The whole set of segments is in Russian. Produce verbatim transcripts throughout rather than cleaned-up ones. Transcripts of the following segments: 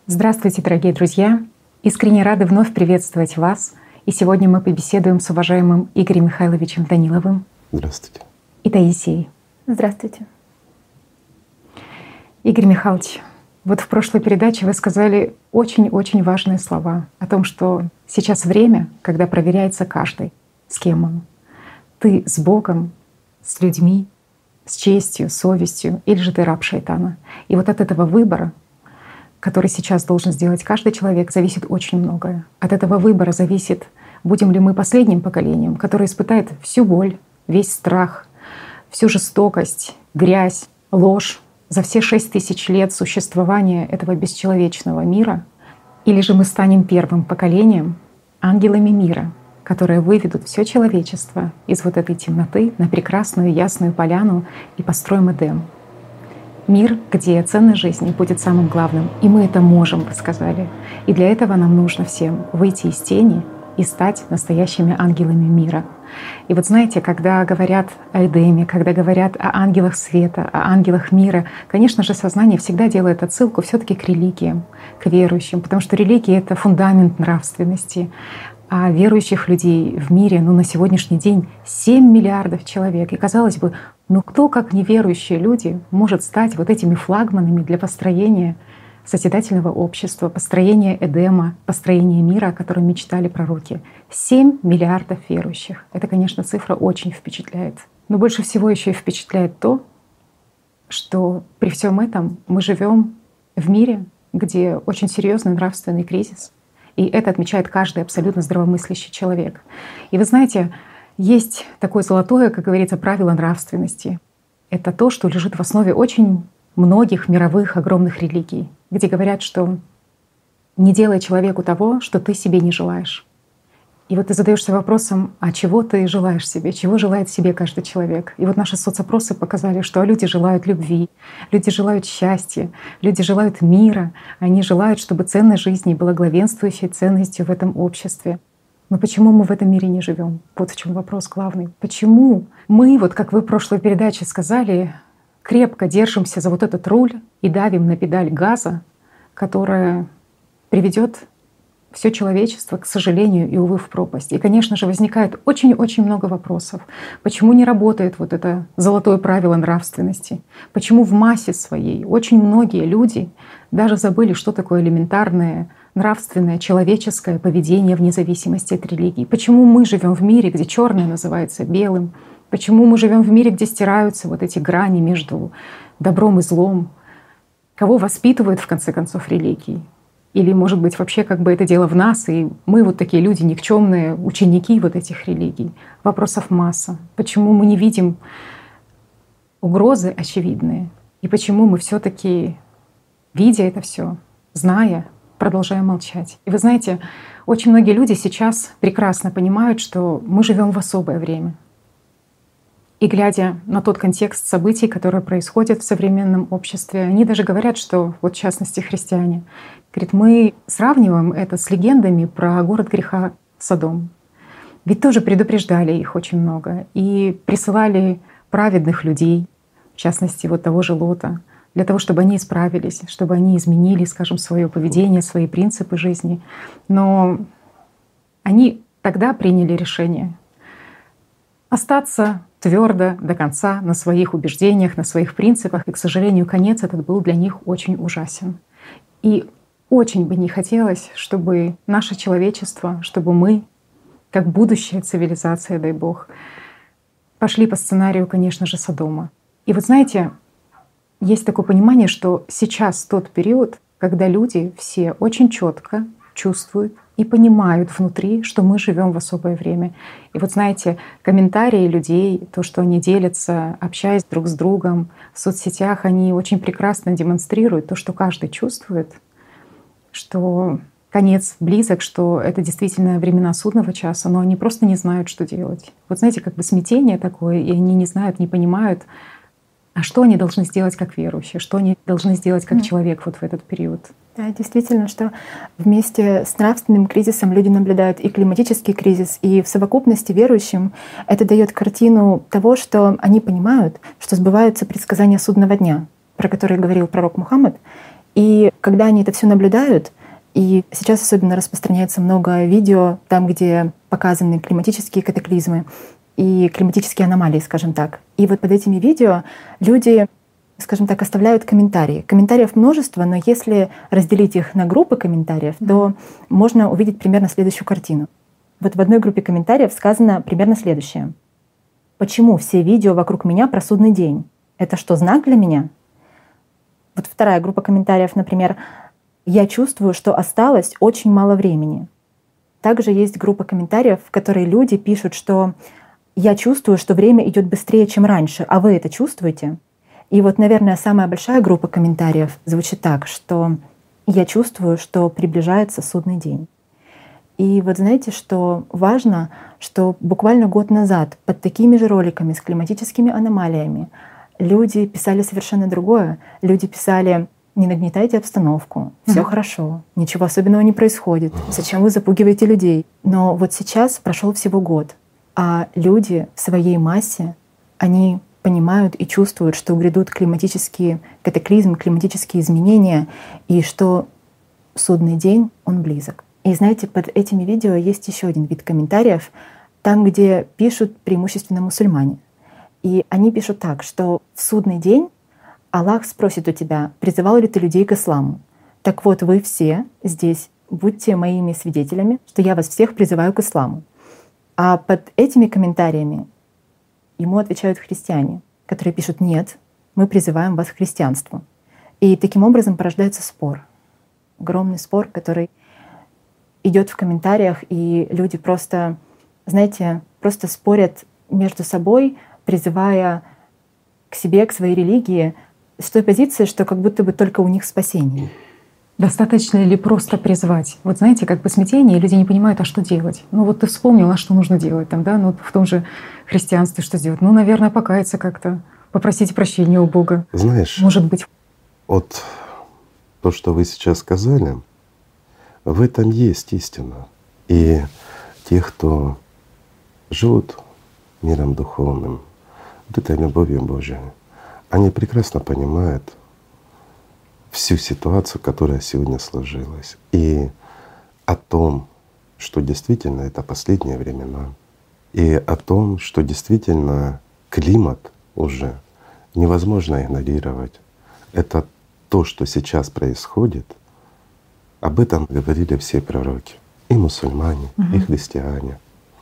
Здравствуйте, дорогие друзья! Искренне рады вновь приветствовать вас. И сегодня мы побеседуем с уважаемым Игорем Михайловичем Даниловым. Здравствуйте. И Таисией. Здравствуйте. Игорь Михайлович, вот в прошлой передаче вы сказали очень-очень важные слова о том, что сейчас время, когда проверяется каждый, с кем он. Ты с Богом, с людьми, с честью, совестью, или же ты раб шайтана. И вот от этого выбора, который сейчас должен сделать каждый человек, зависит очень многое. От этого выбора зависит, будем ли мы последним поколением, которое испытает всю боль, весь страх, всю жестокость, грязь, ложь за все шесть тысяч лет существования этого бесчеловечного мира, или же мы станем первым поколением, ангелами мира, которые выведут все человечество из вот этой темноты на прекрасную ясную поляну и построим Эдем. Мир, где ценность жизни будет самым главным. И мы это можем, вы сказали. И для этого нам нужно всем выйти из тени и стать настоящими ангелами мира. И вот знаете, когда говорят о Эдеме, когда говорят о ангелах света, о ангелах мира, конечно же, сознание всегда делает отсылку все-таки к религиям, к верующим, потому что религия — это фундамент нравственности. А верующих людей в мире, ну, на сегодняшний день семь миллиардов человек. И казалось бы, ну кто, как неверующие люди, может стать вот этими флагманами для построения созидательного общества, построения Эдема, построения мира, о котором мечтали пророки? семь миллиардов верующих. Это, конечно, цифра очень впечатляет. Но больше всего еще и впечатляет то, что при всем этом мы живем в мире, где очень серьезный нравственный кризис. И это отмечает каждый абсолютно здравомыслящий человек. И вы знаете, есть такое золотое, как говорится, правило нравственности. Это то, что лежит в основе очень многих мировых огромных религий, где говорят, что не делай человеку того, что ты себе не желаешь. И вот ты задаешься вопросом, а чего ты желаешь себе, чего желает себе каждый человек. И вот наши соцопросы показали, что люди желают любви, люди желают счастья, люди желают мира, они желают, чтобы ценность жизни была главенствующей ценностью в этом обществе. Но почему мы в этом мире не живем? Вот в чем вопрос главный. Почему мы, вот как вы в прошлой передаче сказали, крепко держимся за вот этот руль и давим на педаль газа, которая приведет все человечество, к сожалению, и, увы, в пропасть. И, конечно же, возникает очень-очень много вопросов. Почему не работает вот это золотое правило нравственности? Почему в массе своей очень многие люди даже забыли, что такое элементарное нравственное, человеческое поведение вне зависимости от религии? Почему мы живем в мире, где черное называется белым? Почему мы живем в мире, где стираются вот эти грани между добром и злом? Кого воспитывают, в конце концов, религии? Или, может быть, вообще как бы это дело в нас, и мы вот такие люди никчемные, ученики вот этих религий. Вопросов масса. Почему мы не видим угрозы очевидные? И почему мы все-таки, видя это все, зная, продолжаем молчать? И вы знаете, очень многие люди сейчас прекрасно понимают, что мы живем в особое время. И глядя на тот контекст событий, которые происходят в современном обществе, они даже говорят, что, вот в частности христиане, говорят, мы сравниваем это с легендами про город греха Содом. Ведь тоже предупреждали их очень много и присылали праведных людей, в частности вот того же Лота, для того, чтобы они исправились, чтобы они изменили, скажем, свое поведение, свои принципы жизни. Но они тогда приняли решение остаться твердо до конца на своих убеждениях, на своих принципах. И, к сожалению, конец этот был для них очень ужасен. И очень бы не хотелось, чтобы наше человечество, чтобы мы, как будущая цивилизация, дай Бог, пошли по сценарию, конечно же, Содома. И вот знаете, есть такое понимание, что сейчас тот период, когда люди все очень четко чувствуют и понимают внутри, что мы живем в особое время. И вот знаете, комментарии людей, то, что они делятся, общаясь друг с другом в соцсетях, они очень прекрасно демонстрируют то, что каждый чувствует, что конец близок, что это действительно времена судного часа, но они просто не знают, что делать. Вот знаете, как бы смятение такое, и они не знают, не понимают, а что они должны сделать как верующие, что они должны сделать как человек вот в этот период. Да, действительно, что вместе с нравственным кризисом люди наблюдают и климатический кризис, и в совокупности верующим это дает картину того, что они понимают, что сбываются предсказания судного дня, про которые говорил пророк Мухаммад. И когда они это все наблюдают, и сейчас особенно распространяется много видео, там, где показаны климатические катаклизмы и климатические аномалии, скажем так. И вот под этими видео люди, скажем так, оставляют комментарии. Комментариев множество, но если разделить их на группы комментариев, то можно увидеть примерно следующую картину. Вот в одной группе комментариев сказано примерно следующее. «Почему все видео вокруг меня про судный день? Это что, знак для меня?» Вот вторая группа комментариев, например, «Я чувствую, что осталось очень мало времени». Также есть группа комментариев, в которой люди пишут, что «Я чувствую, что время идет быстрее, чем раньше, а вы это чувствуете?» И вот, наверное, самая большая группа комментариев звучит так, что «Я чувствую, что приближается судный день». И вот знаете, что важно, что буквально год назад под такими же роликами с климатическими аномалиями люди писали совершенно другое. Люди писали: «Не нагнетайте обстановку, все mm-hmm. хорошо, ничего особенного не происходит, зачем вы запугиваете людей?» Но вот сейчас прошел всего год, а люди в своей массе, они понимают и чувствуют, что грядут климатические катаклизмы, климатические изменения, и что судный день, он близок. И знаете, под этими видео есть еще один вид комментариев, там, где пишут преимущественно мусульмане. И они пишут так, что в судный день Аллах спросит у тебя, призывал ли ты людей к исламу. Так вот, вы все здесь будьте моими свидетелями, что я вас всех призываю к исламу. А под этими комментариями ему отвечают христиане, которые пишут: «Нет, мы призываем вас к христианству». И таким образом порождается спор. Огромный спор, который идет в комментариях, и люди просто, знаете, просто спорят между собой, призывая к себе, к своей религии, с той позиции, что как будто бы только у них спасение. Достаточно ли просто призвать? Вот знаете, как бы смятение, люди не понимают, а что делать. Ну вот ты вспомнил, а что нужно делать там, да? Ну в том же христианстве что делать? Ну, наверное, покаяться как-то, попросить прощения у Бога. Знаешь, может быть. Вот то, что вы сейчас сказали, в этом есть истина. И те, кто живут миром духовным, вот этой любовью Божией, они прекрасно понимают всю ситуацию, которая сегодня сложилась, и о том, что действительно это последние времена, и о том, что действительно климат уже невозможно игнорировать. Это то, что сейчас происходит. Об этом говорили все пророки, и мусульмане, угу. и христиане.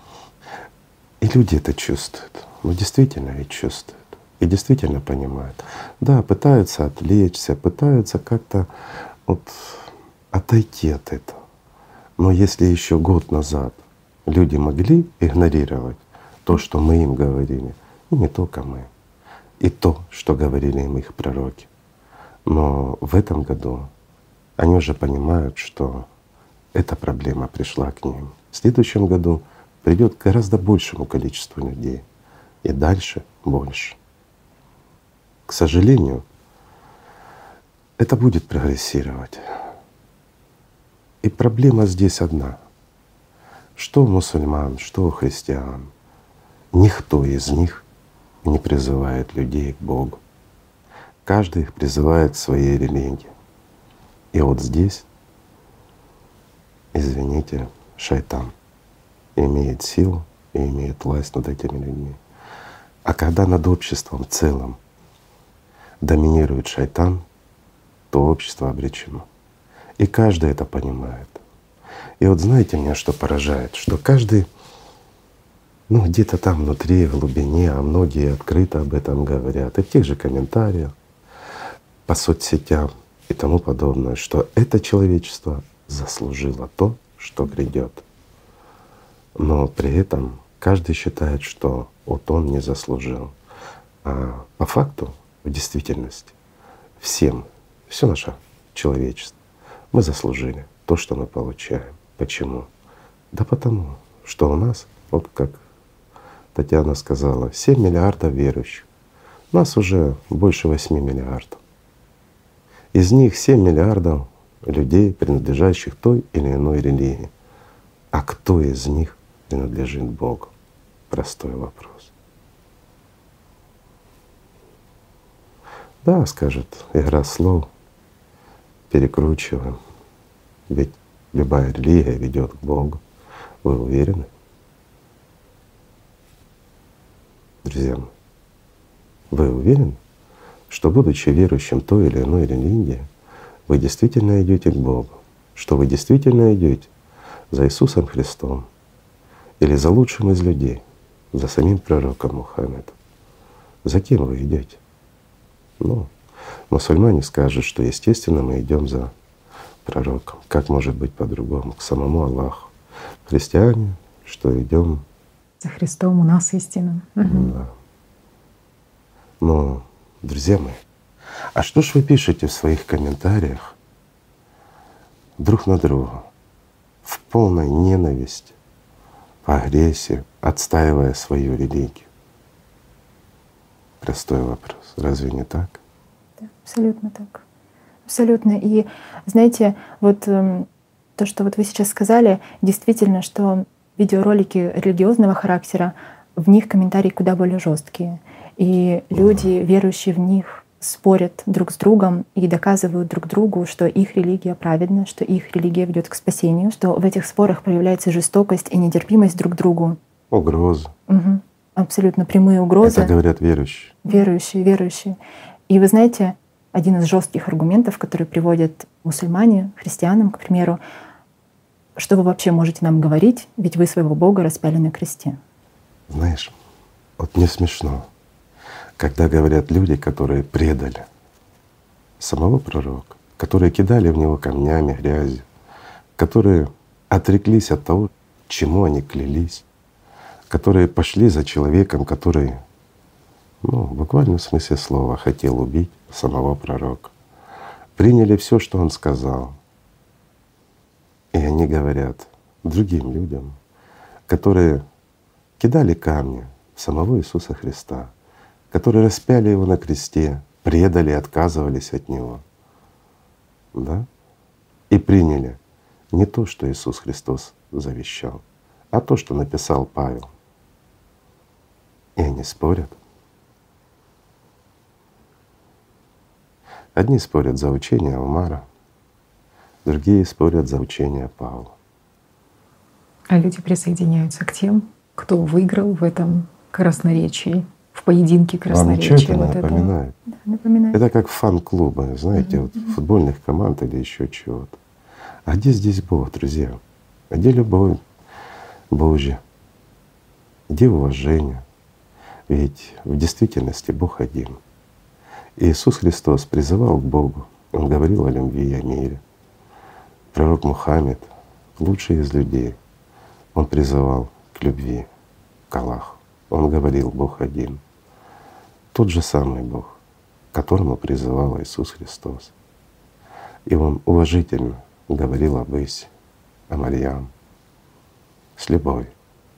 И люди это чувствуют, ну действительно ведь чувствуют, и действительно понимают. Да, пытаются отвлечься, пытаются как-то вот отойти от этого. Но если еще год назад люди могли игнорировать то, что мы им говорили, и не только мы, и то, что говорили им их пророки, но в этом году они уже понимают, что эта проблема пришла к ним. В следующем году придет к гораздо большему количеству людей, и дальше больше. К сожалению, это будет прогрессировать. И проблема здесь одна. Что у мусульман, что у христиан, никто из них не призывает людей к Богу. Каждый их призывает к своей религии. И вот здесь, извините, шайтан имеет силу и имеет власть над этими людьми. А когда над обществом в целом доминирует шайтан, то общество обречено. И каждый это понимает. И вот знаете, меня что поражает, что каждый, ну где-то там внутри, в глубине, а многие открыто об этом говорят, и в тех же комментариях, по соцсетям и тому подобное, что это человечество заслужило то, что грядет. Но при этом каждый считает, что вот он не заслужил. А по факту, в действительности, всем, все наше человечество, мы заслужили то, что мы получаем. Почему? Да потому, что у нас, вот как Татьяна сказала, семь миллиардов верующих. У нас уже больше восьми миллиардов. Из них семь миллиардов людей, принадлежащих той или иной религии. А кто из них принадлежит Богу? Простой вопрос. Да, скажет, игра слов, перекручиваем. Ведь любая религия ведет к Богу. Вы уверены? Друзья мои, вы уверены, что, будучи верующим той или иной религии, вы действительно идете к Богу, что вы действительно идете за Иисусом Христом или за лучшим из людей, за самим пророком Мухаммедом? За кем вы идете? Ну, мусульмане скажут, что естественно мы идем за пророком. Как может быть по-другому? К самому Аллаху. Христиане, что идем за Христом у нас истина. Угу. Да. Но, друзья мои, а что ж вы пишете в своих комментариях друг на друга в полной ненависти, агрессии, отстаивая свою религию? Простой вопрос. Разве не так? Да, абсолютно так. Абсолютно. И знаете, вот э, то, что вот вы сейчас сказали, действительно, что видеоролики религиозного характера, в них комментарии куда более жесткие. И люди, верующие в них, спорят друг с другом и доказывают друг другу, что их религия праведна, что их религия ведет к спасению, что в этих спорах проявляется жестокость и нетерпимость друг к другу. Угрозы. Угу. Абсолютно прямые угрозы. Это говорят верующие. Верующие, верующие. И вы знаете, один из жестких аргументов, который приводят мусульмане, христианам, к примеру, что вы вообще можете нам говорить, ведь вы своего Бога распяли на кресте. Знаешь, вот мне смешно, когда говорят люди, которые предали самого пророка, которые кидали в него камнями, грязью, которые отреклись от того, чему они клялись, которые пошли за человеком, который, ну, в буквальном смысле слова, хотел убить самого пророка, приняли все, что он сказал. И они говорят другим людям, которые кидали камни в самого Иисуса Христа, которые распяли Его на кресте, предали, отказывались от Него, да? И приняли не то, что Иисус Христос завещал, а то, что написал Павел. И они спорят. Одни спорят за учение Умара, другие спорят за учение Павла. А люди присоединяются к тем, кто выиграл в этом красноречии, в поединке красноречия. Вам ничего это вот напоминает? Да, напоминает. Это как фан-клубы, знаете, вот футбольных команд или еще чего-то. А где здесь Бог, друзья? А где любовь Божья? Где уважение? Ведь в действительности Бог один. И Иисус Христос призывал к Богу, Он говорил о любви и о мире. Пророк Мухаммед, лучший из людей, он призывал к любви, к Аллаху. Он говорил: Бог один. Тот же самый Бог, к которому призывал Иисус Христос. И Он уважительно говорил об Исе, о Марьям, с любовью.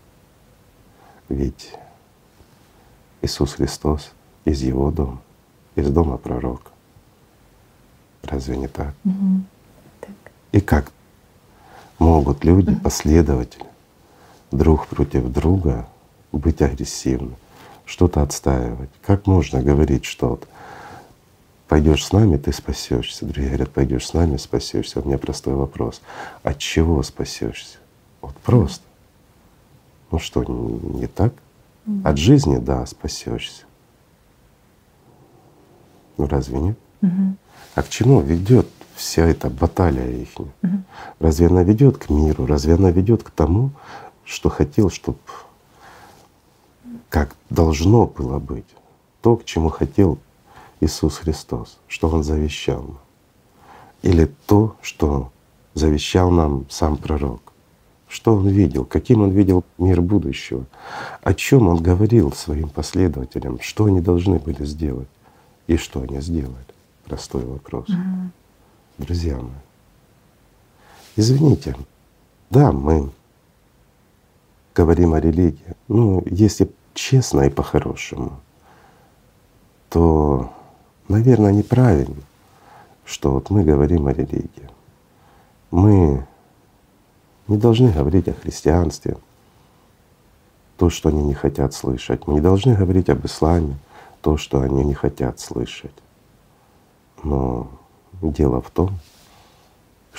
Ведь Иисус Христос из Его дома, из дома пророка. Разве не так? Угу. Так. И как могут люди, последователи, друг против друга быть агрессивны, что-то отстаивать? Как можно говорить что-то? Пойдешь с нами, ты спасешься. Другие говорят: пойдешь с нами, спасешься. У меня простой вопрос: от чего спасешься? Вот просто. Ну что, не так? От жизни, да, спасешься. Ну разве нет? Угу. А к чему ведет вся эта баталия их? Угу. Разве она ведет к миру? Разве она ведет к тому, что хотел, чтобы как должно было быть? То, к чему хотел Иисус Христос, что Он завещал нам. Или то, что завещал нам сам пророк. Что он видел, каким он видел мир будущего, о чем он говорил своим последователям, что они должны были сделать и что они сделали. Простой вопрос. Угу. Друзья мои, извините, да, мы говорим о религии, но если честно и по-хорошему, то, наверное, неправильно, что вот мы говорим о религии. Мы не должны говорить о христианстве, то, что они не хотят слышать. Мы не должны говорить об исламе, то, что они не хотят слышать. Но дело в том,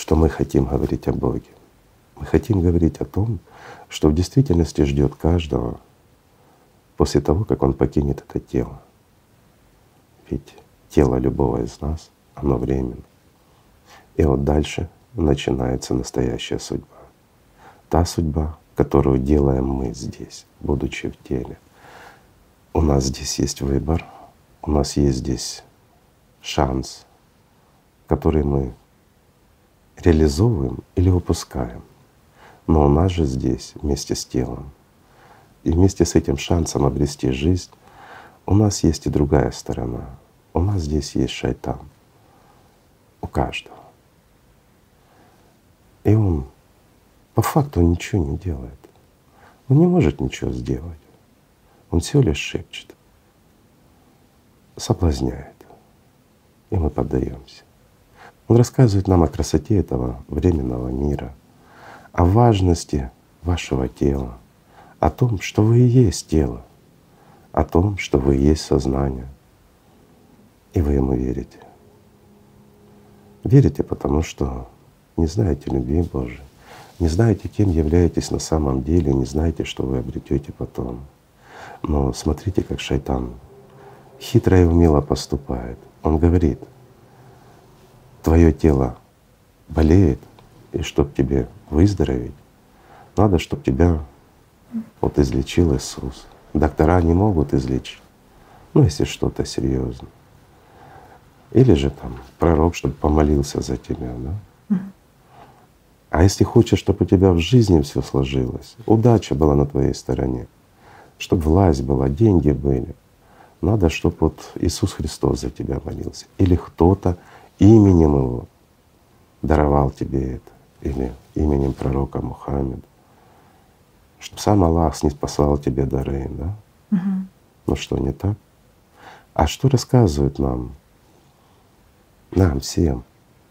что мы хотим говорить о Боге. Мы хотим говорить о том, что в действительности ждет каждого после того, как он покинет это тело. Ведь тело любого из нас, оно временно. И вот дальше начинается настоящая судьба. Та судьба, которую делаем мы здесь, будучи в теле. У нас здесь есть выбор, у нас есть здесь шанс, который мы реализовываем или упускаем. Но у нас же здесь вместе с телом и вместе с этим шансом обрести жизнь у нас есть и другая сторона. У нас здесь есть шайтан. У каждого. И он по факту ничего не делает. Он не может ничего сделать. Он всего лишь шепчет, соблазняет. И мы поддаемся. Он рассказывает нам о красоте этого временного мира, о важности вашего тела, о том, что вы и есть тело, о том, что вы и есть сознание. И вы ему верите. Верите, потому что не знаете любви Божией, не знаете, кем являетесь на самом деле, не знаете, что вы обретете потом. Но смотрите, как шайтан хитро и умело поступает. Он говорит: твое тело болеет, и чтобы тебе выздороветь, надо, чтобы тебя вот излечил Иисус. Доктора не могут излечить, ну если что-то серьезное. Или же там пророк, чтобы помолился за тебя, да? Mm-hmm. А если хочешь, чтобы у тебя в жизни все сложилось, удача была на твоей стороне, чтобы власть была, деньги были, надо, чтобы вот Иисус Христос за тебя молился. Или кто-то именем Его даровал тебе это, или именем пророка Мухаммеда, чтобы сам Аллах не послал тебе дары, да? Угу. Ну что, не так? А что рассказывают нам, нам всем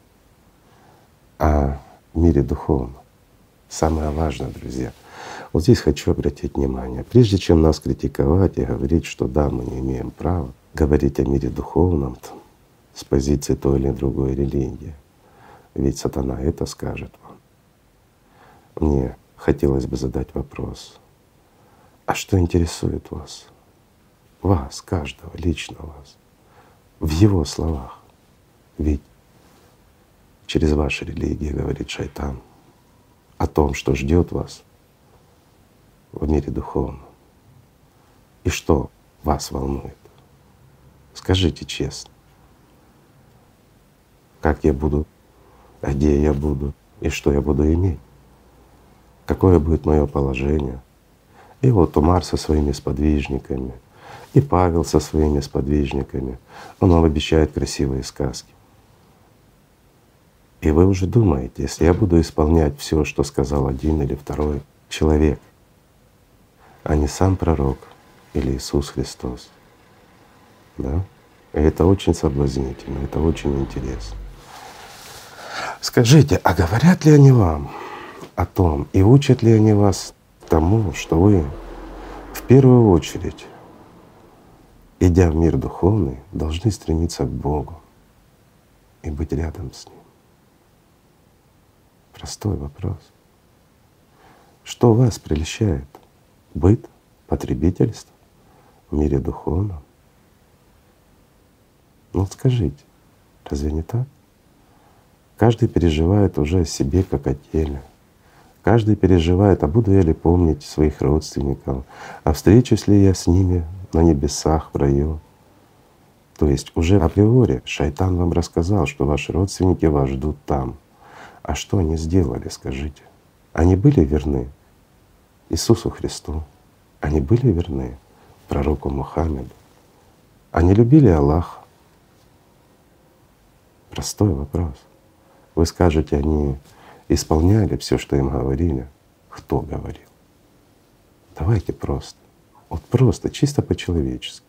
о мире духовном? Самое важное, друзья, вот здесь хочу обратить внимание. Прежде чем нас критиковать и говорить, что да, мы не имеем права говорить о мире духовном с позиции той или другой религии, ведь сатана это скажет вам. Мне хотелось бы задать вопрос: а что интересует вас? Вас, каждого, лично вас, в его словах? Ведь через ваши религии говорит шайтан о том, что ждет вас в мире духовном. И что вас волнует? Скажите честно. Как я буду, а где я буду и что я буду иметь? Какое будет мое положение? И вот Умар со своими сподвижниками, и Павел со своими сподвижниками, он вам обещает красивые сказки. И вы уже думаете, если я буду исполнять все, что сказал один или второй человек, а не сам пророк или Иисус Христос, да? И это очень соблазнительно, это очень интересно. Скажите, а говорят ли они вам о том и учат ли они вас тому, что вы в первую очередь, идя в мир духовный, должны стремиться к Богу и быть рядом с Ним? Простой вопрос. Что вас прельщает? Быт, потребительство в мире духовном? Ну вот скажите, разве не так? Каждый переживает уже о себе как о теле. Каждый переживает, а буду я ли помнить своих родственников, а встречусь ли я с ними на небесах, в раю. То есть уже априори шайтан вам рассказал, что ваши родственники вас ждут там. А что они сделали, скажите? Они были верны Иисусу Христу, они были верны пророку Мухаммеду, они любили Аллаха. Простой вопрос. Вы скажете, они исполняли все, что им говорили. Кто говорил? Давайте просто. Вот просто, чисто по-человечески.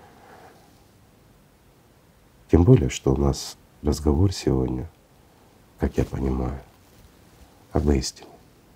Тем более, что у нас разговор сегодня, как я понимаю, об истине.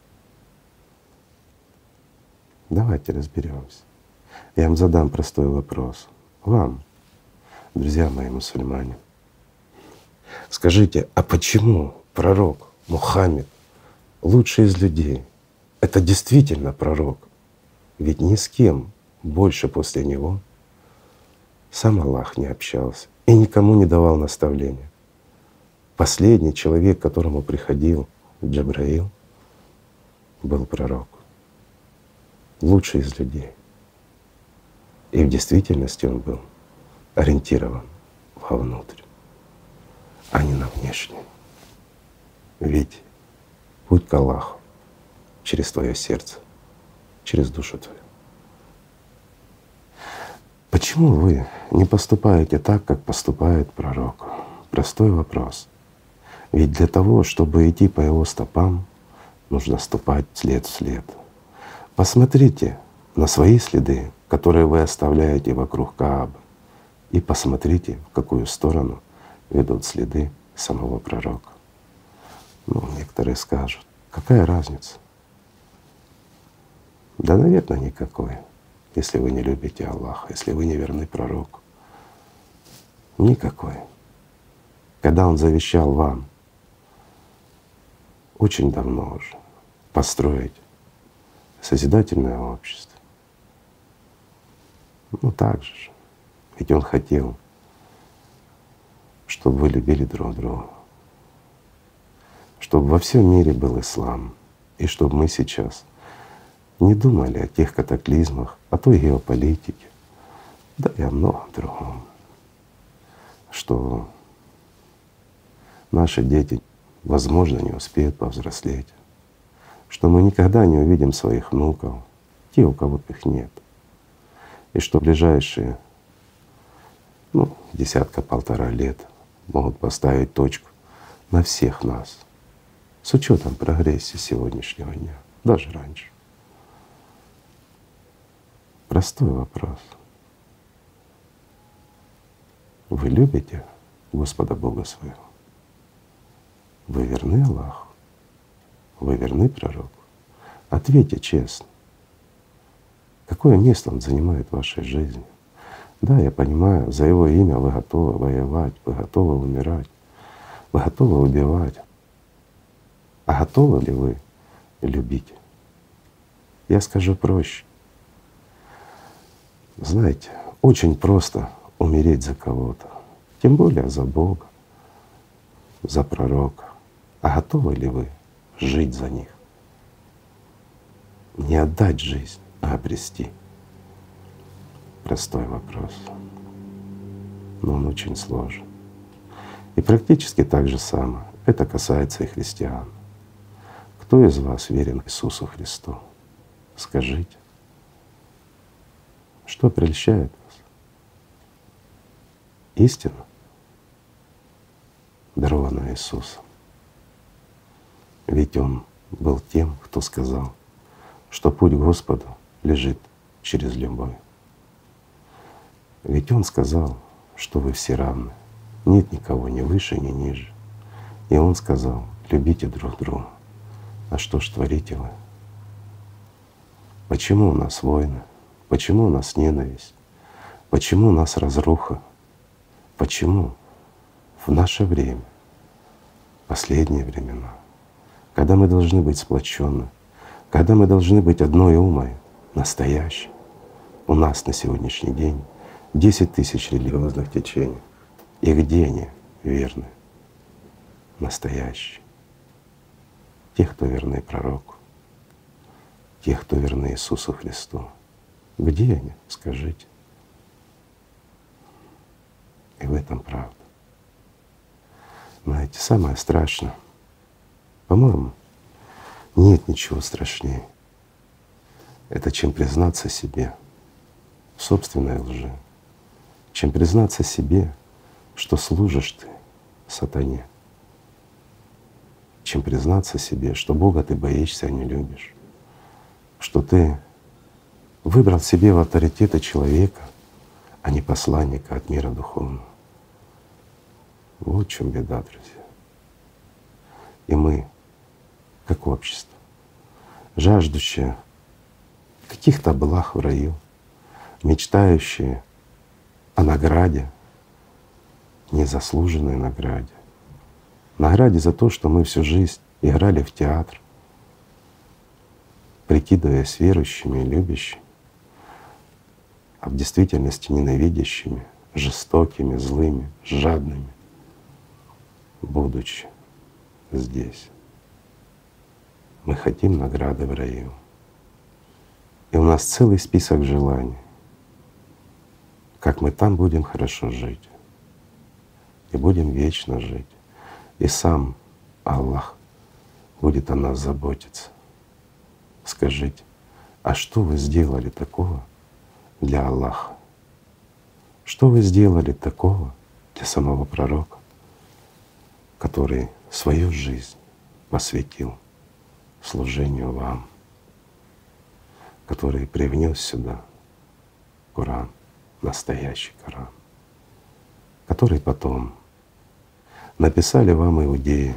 Давайте разберемся. Я вам задам простой вопрос. Вам, друзья мои мусульмане, скажите, а почему пророк Мухаммед лучший из людей. Это действительно пророк. Ведь ни с кем больше после него сам Аллах не общался и никому не давал наставления. Последний человек, к которому приходил Джабраил, был пророк, лучший из людей. И в действительности он был ориентирован вовнутрь, а не на внешнее. Ведь путь к Аллаху через твое сердце, через душу твою. Почему вы не поступаете так, как поступает пророк? Простой вопрос. Ведь для того, чтобы идти по его стопам, нужно ступать след в след. Посмотрите на свои следы, которые вы оставляете вокруг Каабы, и посмотрите, в какую сторону ведут следы самого пророка. Ну, некоторые скажут, какая разница? Да, наверное, никакой, если вы не любите Аллаха, если вы не верны пророку. Никакой. Когда Он завещал вам очень давно уже построить созидательное общество, ну так же, ведь Он хотел, чтобы вы любили друг друга, чтобы во всем мире был ислам, и чтобы мы сейчас не думали о тех катаклизмах, о той геополитике, да и о многом другом, что наши дети, возможно, не успеют повзрослеть, что мы никогда не увидим своих внуков, те, у кого их нет, и что в ближайшие ну, десятка-полтора лет могут поставить точку на всех нас с учетом прогрессии сегодняшнего дня, даже раньше. Простой вопрос. Вы любите Господа Бога своего? Вы верны Аллаху? Вы верны пророку? Ответьте честно. Какое место Он занимает в вашей жизни? Да, я понимаю, за Его имя вы готовы воевать, вы готовы умирать, вы готовы убивать. А готовы ли вы любить? Я скажу проще. Знаете, очень просто умереть за кого-то, тем более за Бога, за пророка. А готовы ли вы жить за них? Не отдать жизнь, а обрести. Простой вопрос, но он очень сложен. И практически так же самое это касается и христиан. Кто из вас верен Иисусу Христу? Скажите. Что прельщает вас? Истина, дарованная Иисусом. Ведь Он был тем, кто сказал, что путь к Господу лежит через любовь. Ведь Он сказал, что вы все равны, нет никого ни выше, ни ниже. И Он сказал, любите друг друга. А что ж творите вы? Почему у нас войны? Почему у нас ненависть? Почему у нас разруха? Почему в наше время, последние времена, когда мы должны быть сплоченны, когда мы должны быть одной умой, настоящей, у нас на сегодняшний день десять тысяч религиозных течений. И где они верны, настоящие? Те, кто верны пророку, те, кто верны Иисусу Христу. Где они? Скажите. И в этом правда. Знаете, самое страшное, по-моему, нет ничего страшнее, это чем признаться себе в собственной лжи, чем признаться себе, что служишь ты сатане, чем признаться себе, что Бога ты боишься, а не любишь, что ты выбрал себе в авторитета человека, а не посланника от мира духовного. Вот в чем беда, друзья. И мы, как общество, жаждущее каких-то благ в раю, мечтающие о награде, незаслуженной награде, награде за то, что мы всю жизнь играли в театр, прикидываясь верующими и любящими, а в действительности ненавидящими, жестокими, злыми, жадными, будучи здесь. Мы хотим награды в раю. И у нас целый список желаний, как мы там будем хорошо жить и будем вечно жить. И сам Аллах будет о нас заботиться. Скажите, а что вы сделали такого для Аллаха? Что вы сделали такого для самого пророка, который свою жизнь посвятил служению вам, который привнес сюда Коран, настоящий Коран, который потом написали вам иудеи.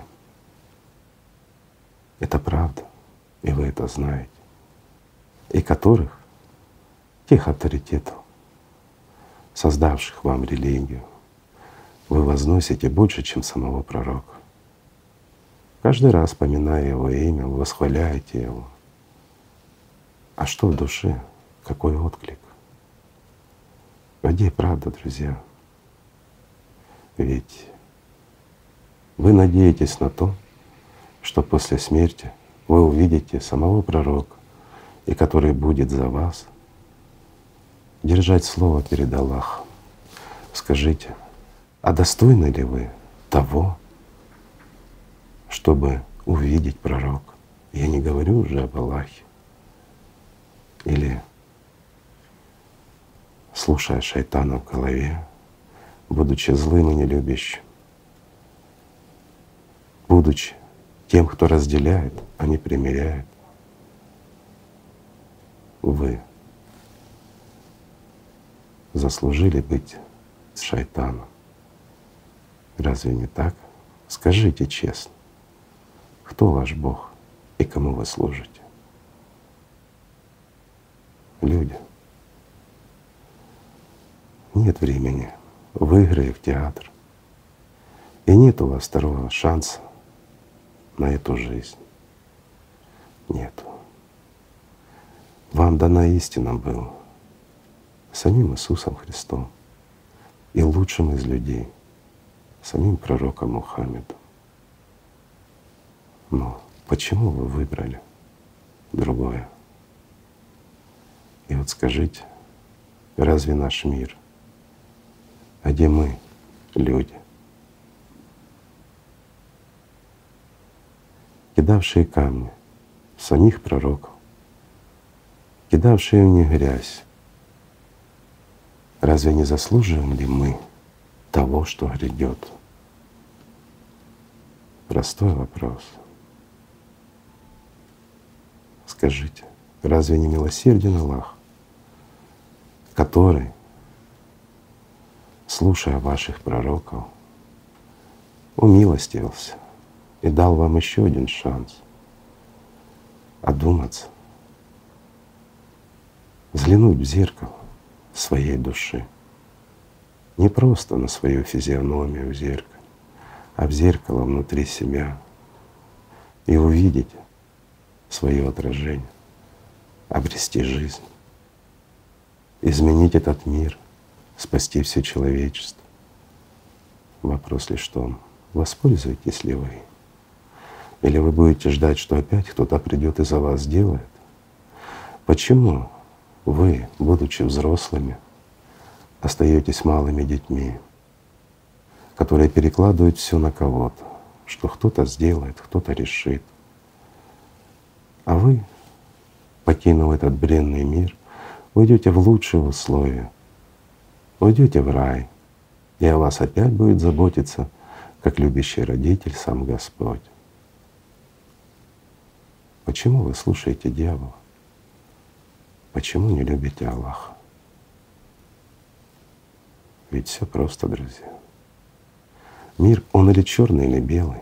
Это правда, и вы это знаете. И которых, тех авторитетов, создавших вам религию, вы возносите больше, чем самого пророка. Каждый раз, поминая его имя, вы восхваляете его. А что в душе? Какой отклик? Где правда, друзья? Ведь вы надеетесь на то, что после смерти вы увидите самого пророка, и который будет за вас держать слово перед Аллахом. Скажите, а достойны ли вы того, чтобы увидеть пророка? Я не говорю уже об Аллахе. Или слушая шайтана в голове, будучи злым и нелюбящим, будучи тем, кто разделяет, а не примиряет, вы заслужили быть с шайтаном. Разве не так? Скажите честно, кто ваш Бог и кому вы служите? Люди. Нет времени в игры и в театр. И нет у вас второго шанса на эту жизнь. Нет. Вам дана истина была самим Иисусом Христом и лучшим из людей, самим пророком Мухаммедом. Но почему вы выбрали другое? И вот скажите, разве наш мир, а где мы, люди, кидавшие камни в самих пророков, кидавшие в них грязь, разве не заслуживаем ли мы того, что грядет? Простой вопрос. Скажите, разве не милосерден Аллах, который, слушая ваших пророков, умилостивился и дал вам еще один шанс одуматься, взглянуть в зеркало своей души, не просто на свою физиономию в зеркале, а в зеркало внутри себя и увидеть свое отражение, обрести жизнь, изменить этот мир, спасти все человечество. Вопрос лишь в том, воспользуетесь ли вы, или вы будете ждать, что опять кто-то придет и за вас сделает. Почему вы, будучи взрослыми, остаетесь малыми детьми, которые перекладывают все на кого-то, что кто-то сделает, кто-то решит, а вы, покинув этот бренный мир, уйдете в лучшие условия, уйдете в рай, и о вас опять будет заботиться, как любящий родитель, сам Господь. Почему вы слушаете дьявола? Почему не любите Аллаха? Ведь все просто, друзья. Мир, он или черный, или белый.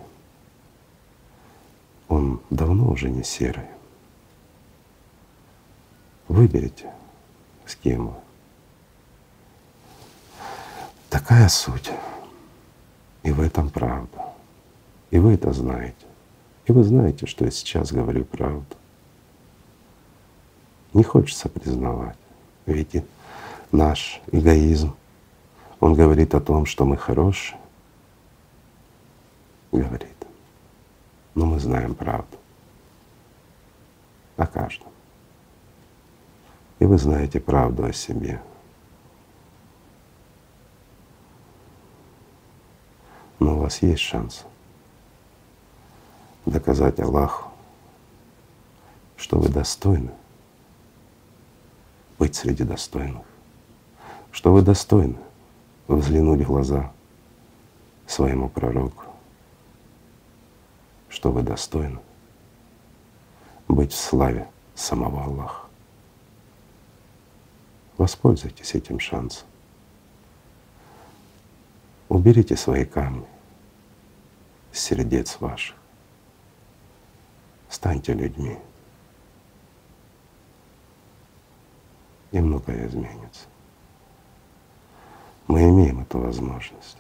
Он давно уже не серый. Выберите, с кем вы. Такая суть. И в этом правда. И вы это знаете. И вы знаете, что я сейчас говорю правду. Не хочется признавать. Ведь наш эгоизм, он говорит о том, что мы хорошие. Говорит. Но мы знаем правду о каждом. И вы знаете правду о себе. Но у вас есть шанс доказать Аллаху, что вы достойны быть среди достойных, что вы достойны взглянуть в глаза своему пророку, что вы достойны быть в славе самого Аллаха. Воспользуйтесь этим шансом. Уберите свои камни с сердец ваших. Станьте людьми, и многое изменится. Мы имеем эту возможность.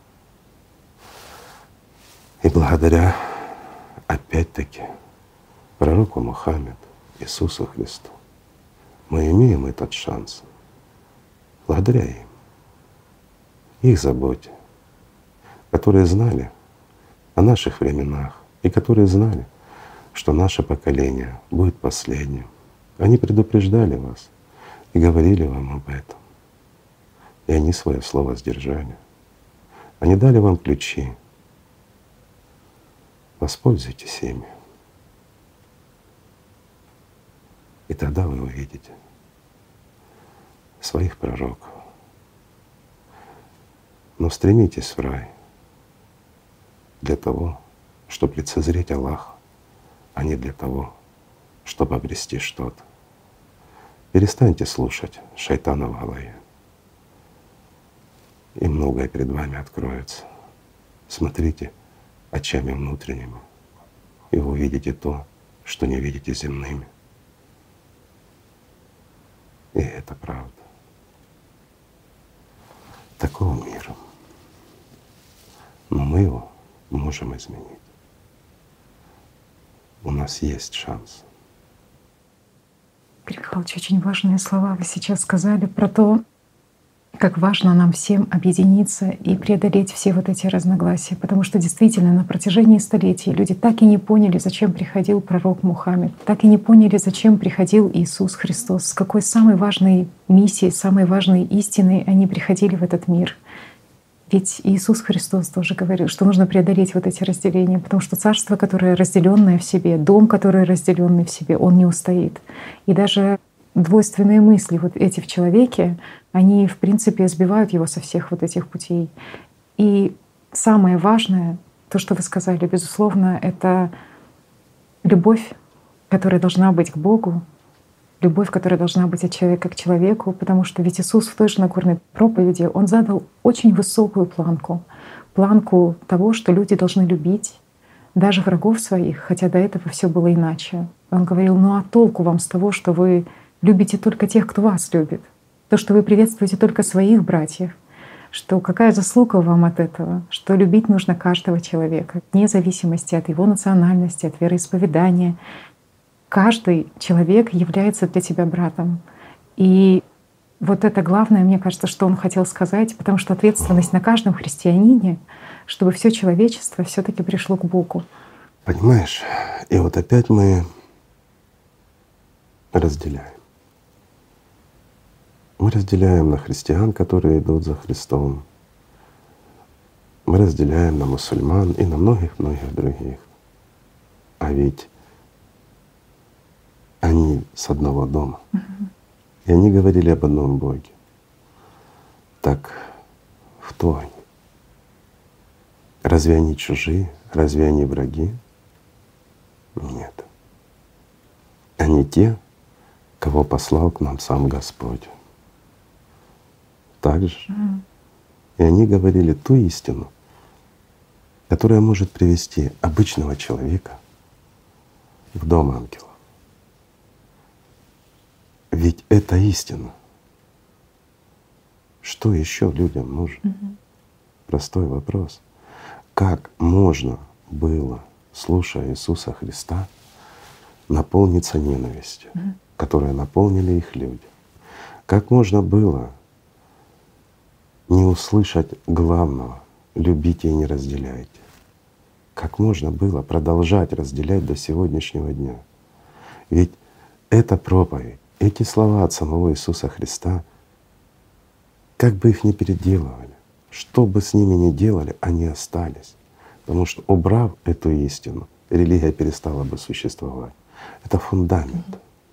И благодаря, опять-таки, пророку Мухаммеду, Иисусу Христу, мы имеем этот шанс. Благодаря им, их заботе, которые знали о наших временах и которые знали, что наше поколение будет последним. Они предупреждали вас и говорили вам об этом. И они свое слово сдержали. Они дали вам ключи. Воспользуйтесь ими. И тогда вы увидите своих пророков. Но стремитесь в рай для того, чтобы лицезреть Аллаха, а не для того, чтобы обрести что-то. Перестаньте слушать шайтана в голове, и многое перед вами откроется. Смотрите очами внутренними, и вы увидите то, что не видите земными. И это правда. Такого мира. Но мы его можем изменить. У нас есть шанс. Игорь Михайлович, очень важные слова вы сейчас сказали про то, как важно нам всем объединиться и преодолеть все вот эти разногласия. Потому что действительно на протяжении столетий люди так и не поняли, зачем приходил пророк Мухаммед, так и не поняли, зачем приходил Иисус Христос, с какой самой важной миссией, самой важной истиной они приходили в этот мир. Ведь Иисус Христос тоже говорил, что нужно преодолеть вот эти разделения, потому что царство, которое разделенное в себе, дом, который разделенный в себе, он не устоит. И даже двойственные мысли вот эти в человеке, они в принципе сбивают его со всех вот этих путей. И самое важное, то, что вы сказали, безусловно, это любовь, которая должна быть к Богу, любовь, которая должна быть от человека к человеку, потому что ведь Иисус в той же Нагорной проповеди, Он задал очень высокую планку, планку того, что люди должны любить даже врагов своих, хотя до этого все было иначе. Он говорил: ну а толку вам с того, что вы любите только тех, кто вас любит, то, что вы приветствуете только своих братьев, что какая заслуга вам от этого, что любить нужно каждого человека, вне зависимости от его национальности, от вероисповедания. Каждый человек является для тебя братом. И вот это главное, мне кажется, что он хотел сказать, потому что ответственность на каждом христианине, чтобы все человечество все-таки пришло к Богу. Понимаешь? И вот опять мы разделяем. Мы разделяем на христиан, которые идут за Христом. Мы разделяем на мусульман и на многих-многих других. А ведь они с одного дома. Uh-huh. И они говорили об одном Боге. Так кто они? Разве они чужие? Разве они враги? Нет. Они те, кого послал к нам сам Господь. Так же. Uh-huh. И они говорили ту истину, которая может привести обычного человека в дом ангелов. Ведь это истина. Что еще людям нужно? Угу. Простой вопрос. Как можно было слушая Иисуса Христа, наполнится ненавистью, mm-hmm. которой наполнили их люди. Как можно было не услышать главного — любите и не разделяйте? Как можно было продолжать разделять до сегодняшнего дня? Ведь эта проповедь, эти слова от самого Иисуса Христа, как бы их ни переделывали, что бы с ними ни делали, они остались. Потому что, убрав эту истину, религия перестала бы существовать. Это фундамент.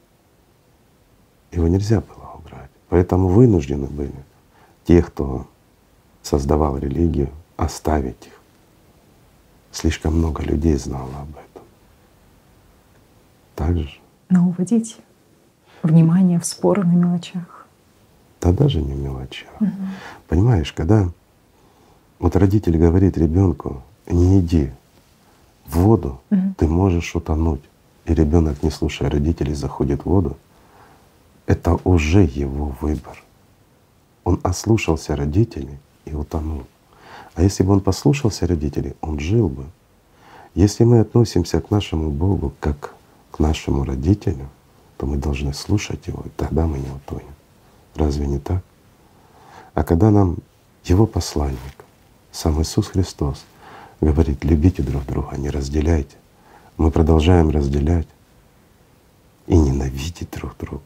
Его нельзя было убрать. Поэтому вынуждены были те, кто создавал религию, оставить их. Слишком много людей знало об этом. Так же. Но уводить внимание в споры на мелочах. Да даже не в мелочах. Угу. Понимаешь, когда вот родитель говорит ребенку: не иди в воду, угу. ты можешь утонуть. И ребенок, не слушая родителей, заходит в воду, это уже его выбор. Он ослушался родителей и утонул. А если бы он послушался родителей, он жил бы. Если мы относимся к нашему Богу как к нашему родителю, то мы должны слушать Его, и тогда мы не утонем. Разве не так? А когда нам Его посланник, сам Иисус Христос, говорит: любите друг друга, не разделяйте, мы продолжаем разделять и ненавидеть друг друга.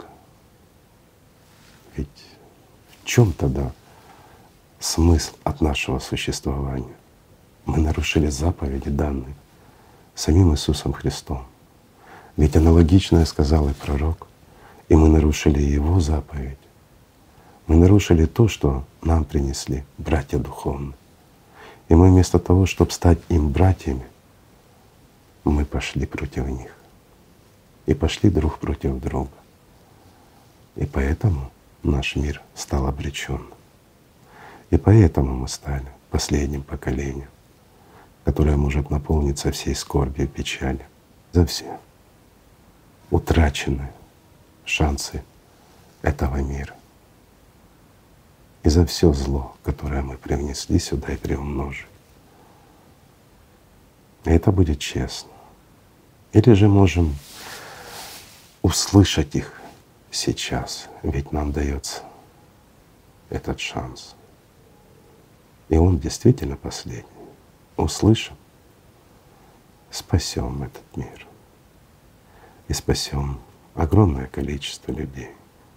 Ведь в чем тогда смысл от нашего существования? Мы нарушили заповеди, данные самим Иисусом Христом. Ведь аналогичное сказал и пророк, и мы нарушили Его заповедь. Мы нарушили то, что нам принесли братья духовные. И мы вместо того, чтобы стать им братьями, мы пошли против них. И пошли друг против друга. И поэтому наш мир стал обреченным. И поэтому мы стали последним поколением, которое может наполниться всей скорбью и печалью за все утраченные шансы этого мира и за все зло, которое мы привнесли сюда и приумножили. И это будет честно. Или же можем услышать их сейчас, ведь нам дается этот шанс. И он действительно последний. Услышим, спасем этот мир и спасем огромное количество людей.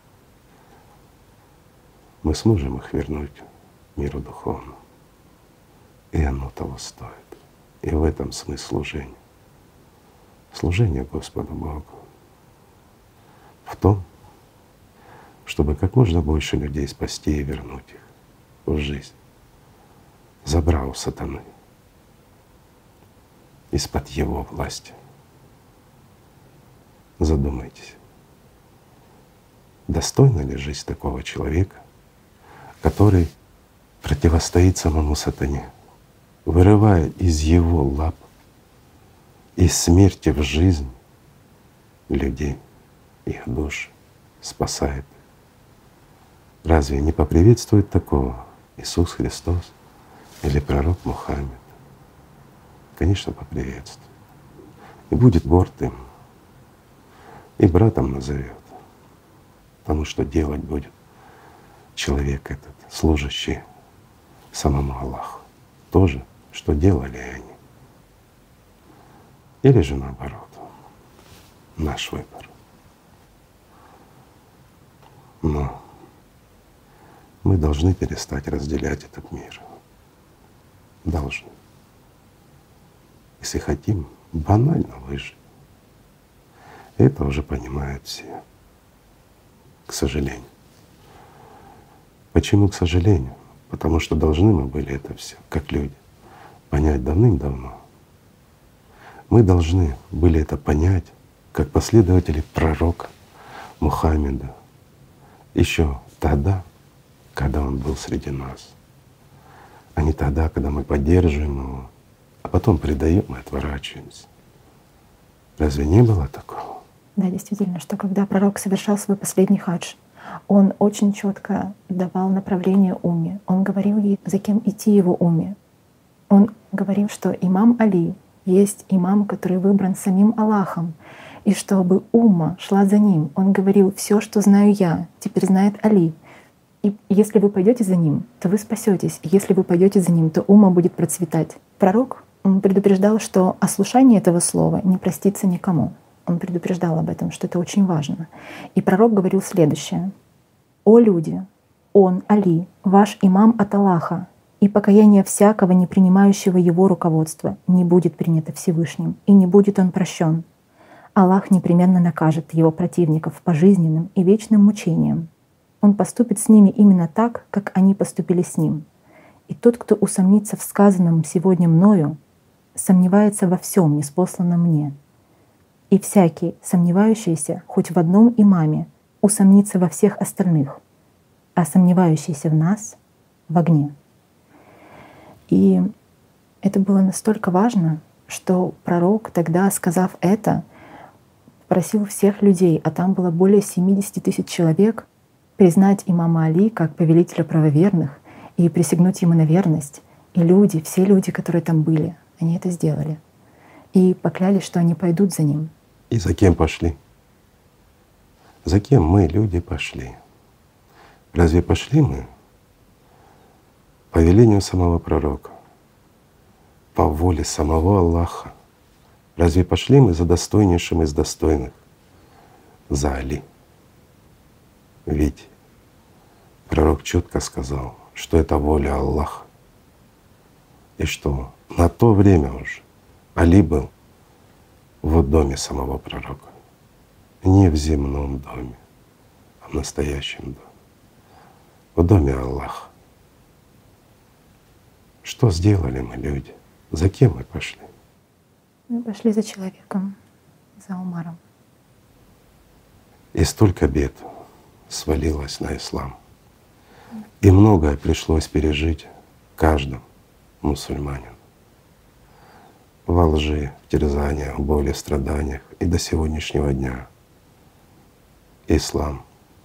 Мы сможем их вернуть миру духовному, и оно того стоит. И в этом смысл служения. Служение Господу Богу в том, чтобы как можно больше людей спасти и вернуть их в жизнь, забрав у сатаны из-под его власти. Задумайтесь, достойна ли жизнь такого человека, который противостоит самому сатане, вырывая из его лап, из смерти в жизнь людей, их душ, спасает. Разве не поприветствует такого Иисус Христос или пророк Мухаммед? Конечно, поприветствует. И будет горд им, и братом назовет, потому что делать будет человек этот, служащий самому Аллаху, то же, что делали они. Или же наоборот, наш выбор. Но мы должны перестать разделять этот мир. Должны. Если хотим банально выжить. Это уже понимают все, к сожалению. Почему к сожалению? Потому что должны мы были это все, как люди, понять давным-давно. Мы должны были это понять, как последователи пророка Мухаммеда, еще тогда, когда он был среди нас, а не тогда, когда мы поддерживаем его, а потом предаем и отворачиваемся. Разве не было такого? Да, действительно, что когда пророк совершал свой последний хадж, он очень четко давал направление умме. Он говорил ей, за кем идти его умме. Он говорил, что имам Али, есть имам, который выбран самим Аллахом, и чтобы умма шла за ним. Он говорил: все, что знаю я, теперь знает Али. И если вы пойдете за ним, то вы спасетесь. Если вы пойдете за ним, то умма будет процветать. Пророк он предупреждал, что ослушание этого слова не простится никому. Он предупреждал об этом, что это очень важно. И пророк говорил следующее: «О люди, он, Али, ваш имам от Аллаха, и покаяние всякого, не принимающего его руководства, не будет принято Всевышним, и не будет он прощен. Аллах непременно накажет его противников пожизненным и вечным мучением. Он поступит с ними именно так, как они поступили с ним. И тот, кто усомнится в сказанном сегодня мною, сомневается во всем ниспосланном мне. И всякий, сомневающийся хоть в одном имаме, усомнится во всех остальных, а сомневающийся в нас — в огне». И это было настолько важно, что пророк тогда, сказав это, просил всех людей, а там было более семидесяти тысяч человек, признать имама Али как повелителя правоверных и присягнуть ему на верность. И люди, все люди, которые там были, они это сделали. И поклялись, что они пойдут за ним. И за кем пошли? За кем мы, люди, пошли? Разве пошли мы по велению самого пророка, по воле самого Аллаха? Разве пошли мы за достойнейшим из достойных, за Али? Ведь пророк четко сказал, что это воля Аллаха, и что на то время уже Али был в доме самого пророка, не в земном доме, а в настоящем доме, в доме Аллаха. Что сделали мы, люди? За кем мы пошли? Мы пошли за человеком, за Умаром. И столько бед свалилось на ислам. И многое пришлось пережить каждому мусульманину. Во лжи, в терзаниях, в боли, в страданиях. И до сегодняшнего дня ислам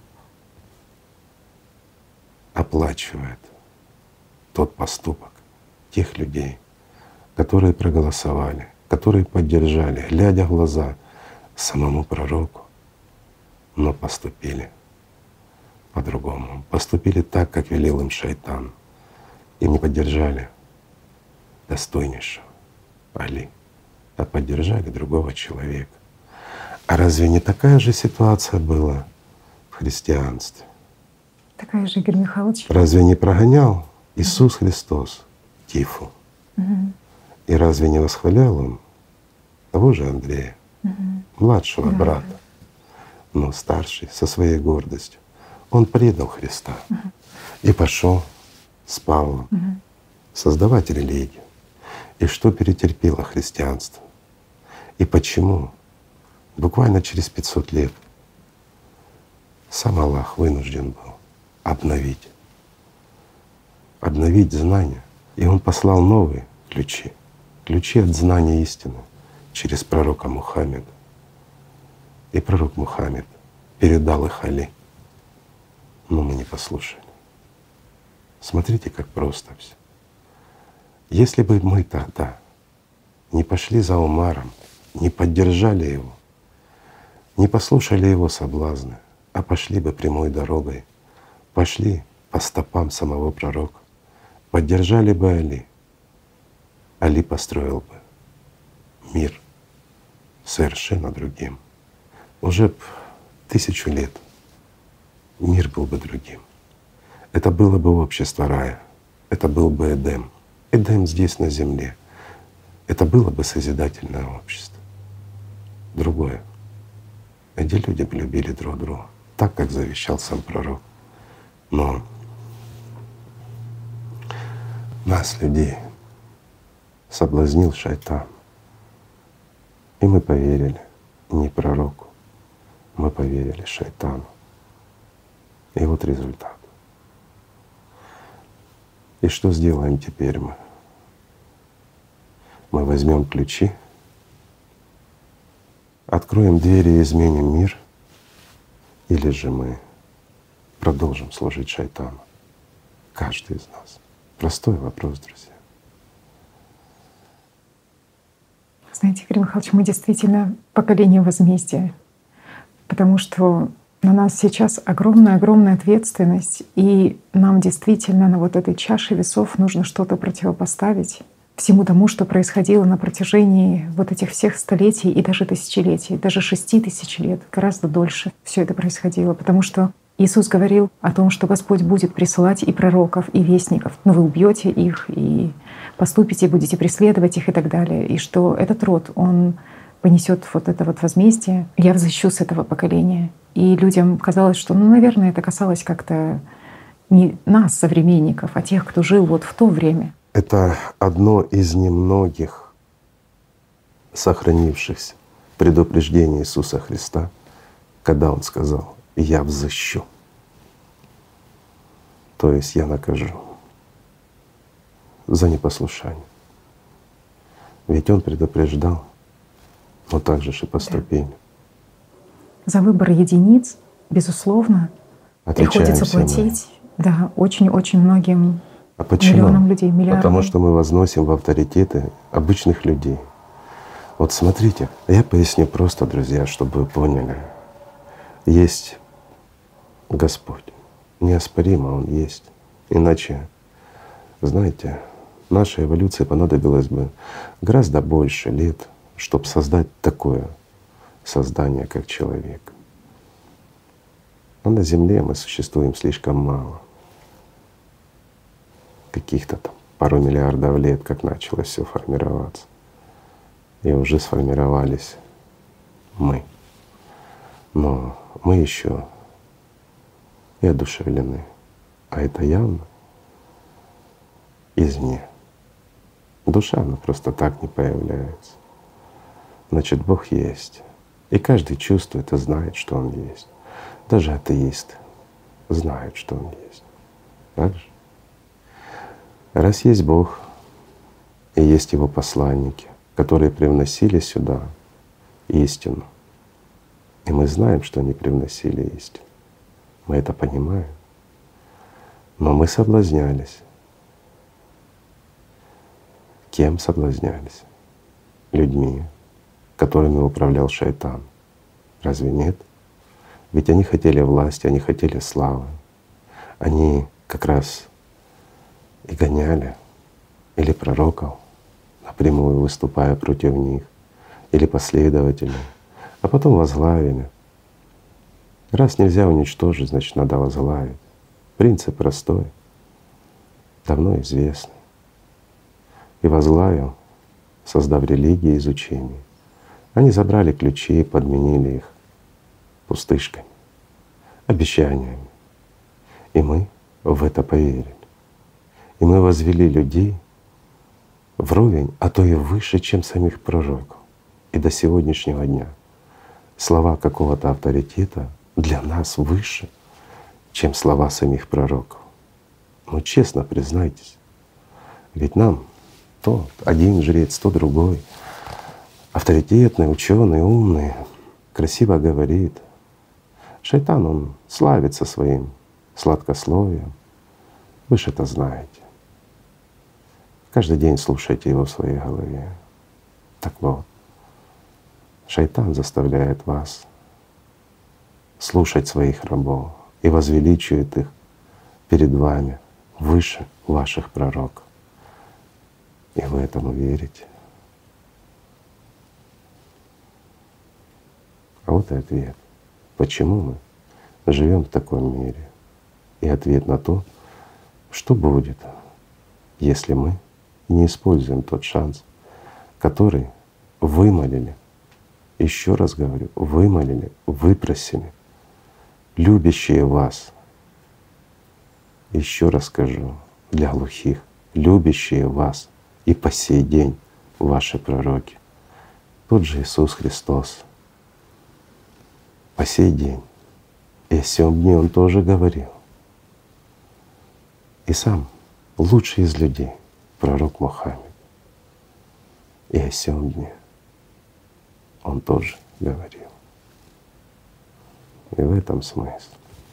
оплачивает тот поступок тех людей, которые проголосовали, которые поддержали, глядя в глаза самому пророку, но поступили по-другому, поступили так, как велел им шайтан, и не поддержали достойнейшего Али, а поддержали другого человека. А разве не такая же ситуация была в христианстве? Такая же, Игорь Михайлович. Разве не прогонял Иисус Христос Кифу? Угу. И разве не восхвалял он того же Андрея, угу. младшего да, брата, да. но старший, со своей гордостью? Он предал Христа угу. и пошел с Павлом угу. создавать религию. И что перетерпело христианство? И почему буквально через пятьсот лет сам Аллах вынужден был обновить, обновить знания. И Он послал новые ключи, ключи от знания истины через пророка Мухаммеда. И пророк Мухаммед передал их Али, но мы не послушали. Смотрите, как просто все. Если бы мы тогда не пошли за Умаром, не поддержали его, не послушали его соблазны, а пошли бы прямой дорогой, пошли по стопам самого пророка, поддержали бы Али, Али построил бы мир совершенно другим. Уже б тысячу лет мир был бы другим. Это было бы общество рая, это был бы Эдем. Эдем здесь на земле. Это было бы созидательное общество. Другое, где люди бы любили друг друга, так, как завещал сам пророк. Но нас, людей, соблазнил шайтан. И мы поверили не пророку, мы поверили шайтану. И вот результат. И что сделаем теперь мы? Мы возьмем ключи, откроем двери и изменим мир, или же мы продолжим служить шайтану? Каждый из нас. Простой вопрос, друзья. Знаете, Игорь Михайлович, мы действительно поколение возмездия, потому что на нас сейчас огромная-огромная ответственность, и нам действительно на вот этой чаше весов нужно что-то противопоставить всему тому, что происходило на протяжении вот этих всех столетий и даже тысячелетий, даже шести тысяч лет, гораздо дольше все это происходило, потому что Иисус говорил о том, что Господь будет присылать и пророков, и вестников, но вы убьете их, и поступите, будете преследовать их и так далее, и что этот род, он понесет вот это вот возмездие. Я взыщу с этого поколения. И людям казалось, что, ну, наверное, это касалось как-то не нас, современников, а тех, кто жил вот в то время. Это одно из немногих сохранившихся предупреждений Иисуса Христа, когда Он сказал: «Я взыщу», то есть я накажу за непослушание. Ведь Он предупреждал, но также и по ступеням. За выбор единиц, безусловно, Отвечаем приходится все мы. платить да, очень-очень многим А почему? миллионам людей, миллиардам. Потому что мы возносим в авторитеты обычных людей. Вот смотрите, я поясню просто, друзья, чтобы вы поняли. Есть Господь, неоспоримо Он есть. Иначе, знаете, нашей эволюции понадобилось бы гораздо больше лет, чтобы создать такое создание, как человек. Но на Земле мы существуем слишком мало. Каких-то там пару миллиардов лет, как начало все формироваться. И уже сформировались мы. Но мы еще и одушевлены. А это явно извне. Душа, она просто так не появляется. Значит, Бог есть. И каждый чувствует и знает, что Он есть. Даже атеист знает, что Он есть. Так же? Раз есть Бог и есть Его посланники, которые привносили сюда истину, и мы знаем, что они привносили истину, мы это понимаем, но мы соблазнялись. Кем соблазнялись? Людьми, которыми управлял шайтан. Разве нет? Ведь они хотели власти, они хотели славы. Они как раз и гоняли или пророков, напрямую выступая против них, или последователей, а потом возглавили. Раз нельзя уничтожить, значит, надо возглавить. Принцип простой, давно известный. И возглавил, создав религии и изучение. Они забрали ключи и подменили их пустышками, обещаниями. И мы в это поверили. И мы возвели людей вровень, а то и выше, чем самих пророков. И до сегодняшнего дня слова какого-то авторитета для нас выше, чем слова самих пророков. Ну честно признайтесь, ведь нам то один жрец, то другой, авторитетный, ученый, умный, красиво говорит. Шайтан, он славится своим сладкословием. Вы же это знаете. Каждый день слушайте его в своей голове. Так вот, шайтан заставляет вас слушать своих рабов и возвеличивает их перед вами выше ваших пророков. И вы этому верите. А вот и ответ. Почему мы живем в таком мире? И ответ на то, что будет, если мы не используем тот шанс, который вымолили, еще раз говорю, вымолили, выпросили любящие вас. Еще раз скажу для глухих, любящие вас и по сей день ваши пророки. Тот же Иисус Христос по сей день. И о сём дне Он тоже говорил. И сам лучший из людей, пророк Мухаммед, и о сём дне Он тоже говорил. И в этом смысл.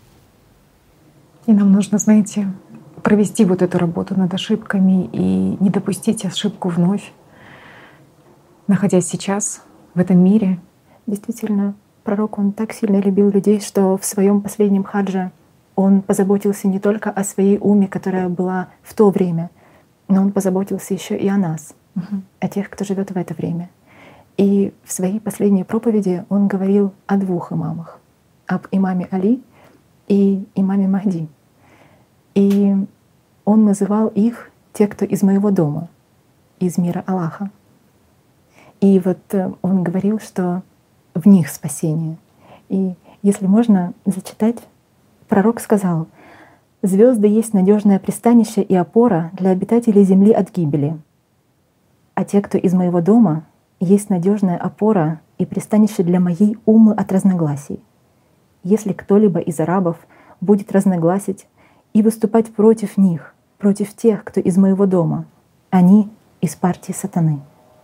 И нам нужно, знаете, провести вот эту работу над ошибками и не допустить ошибку вновь. находясь сейчас в этом мире. Действительно, пророк, он так сильно любил людей, что в своем последнем хадже он позаботился не только о своей умме, которая была в то время, но он позаботился еще и о нас, угу. о тех, кто живет в это время. И в своей последней проповеди он говорил о двух имамах: об имаме Али и имаме Махди. И он называл их те, кто из моего дома, из мира Аллаха. И вот он говорил, что в них спасение. И если можно зачитать, пророк сказал: «Звезды есть надежное пристанище и опора для обитателей земли от гибели. А те, кто из моего дома, есть надежная опора и пристанище для моей уммы от разногласий. Если кто-либо из арабов будет разногласить и выступать против них, против тех, кто из моего дома, они из партии сатаны».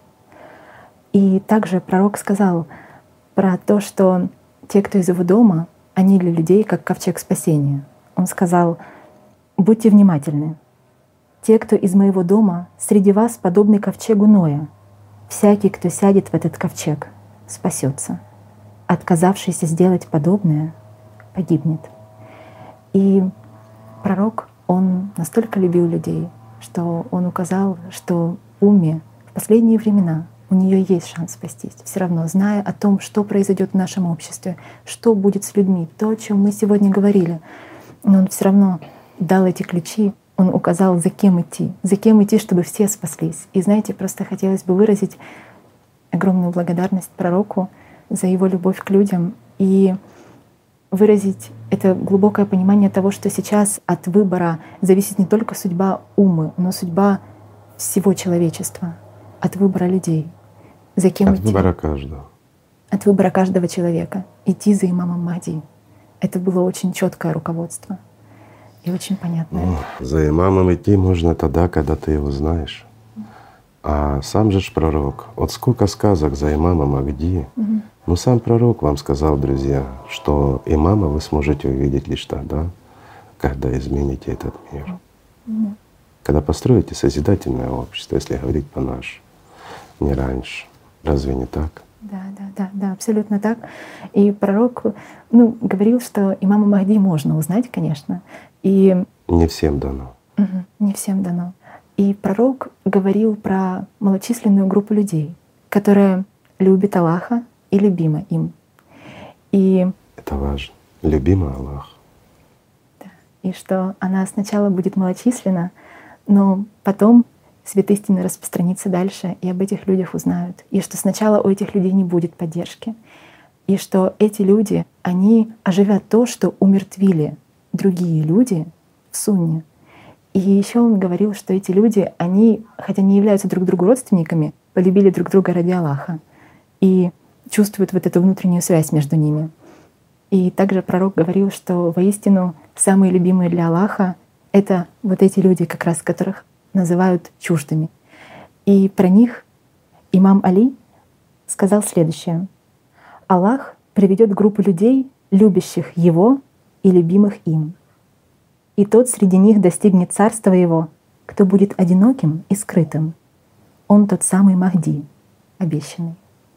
И также пророк сказал про то, что те, кто из его дома, они для людей как ковчег спасения. Он сказал: «Будьте внимательны. Те, кто из моего дома, среди вас подобны ковчегу Ноя. Всякий, кто сядет в этот ковчег, спасется. Отказавшийся сделать подобное, погибнет». И пророк, он настолько любил людей, что он указал, что умме в последние времена у нее есть шанс спастись. Все равно, зная о том, что произойдет в нашем обществе, что будет с людьми, то, о чем мы сегодня говорили, но он все равно дал эти ключи. Он указал, за кем идти, за кем идти, чтобы все спаслись. И знаете, просто хотелось бы выразить огромную благодарность пророку за его любовь к людям и выразить это глубокое понимание того, что сейчас от выбора зависит не только судьба уммы, но судьба всего человечества, от выбора людей. За кем от идти? От выбора каждого. От выбора каждого человека. Идти за имамом Махди. Это было очень четкое руководство. И очень понятно. Ну, за имамом идти можно тогда, когда ты его знаешь. А сам же ж пророк, вот сколько сказок за имамом Махди. Угу. Но сам пророк вам сказал, друзья, что имама вы сможете увидеть лишь тогда, когда измените этот мир. Угу. Когда построите созидательное общество, если говорить по-нашему, не раньше. Разве не так? Да, да, да, да, абсолютно так. И пророк, ну, говорил, что имама Махди можно узнать, конечно. И не всем дано. Угу, не всем дано. И пророк говорил про малочисленную группу людей, которая любит Аллаха и любима им. И это важно. Любима Аллах. Да. И что она сначала будет малочисленна, но потом свет истины распространится дальше, и об этих людях узнают. И что сначала у этих людей не будет поддержки. И что эти люди, они оживят то, что умертвили другие люди в сунне. И еще он говорил, что эти люди, они, хотя не являются друг другу родственниками, полюбили друг друга ради Аллаха и чувствуют вот эту внутреннюю связь между ними. И также пророк говорил, что воистину самые любимые для Аллаха — это вот эти люди, как раз которых называют чуждыми. И про них имам Али сказал следующее: «Аллах приведет группу людей, любящих Его и любимых им. И тот среди них достигнет царства Его, кто будет одиноким и скрытым. Он тот самый Махди, обещанный».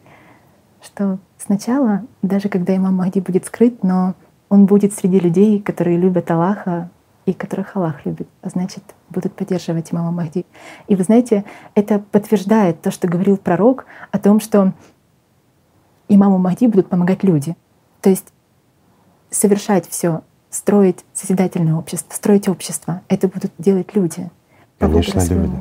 Что сначала, даже когда имам Махди будет скрыт, но он будет среди людей, которые любят Аллаха и которых Аллах любит, а значит, будут поддерживать имама Махди. И вы знаете, это подтверждает то, что говорил пророк о том, что имаму Махди будут помогать люди. То есть совершать все, строить созидательное общество, строить общество. Это будут делать люди. Конечно, люди.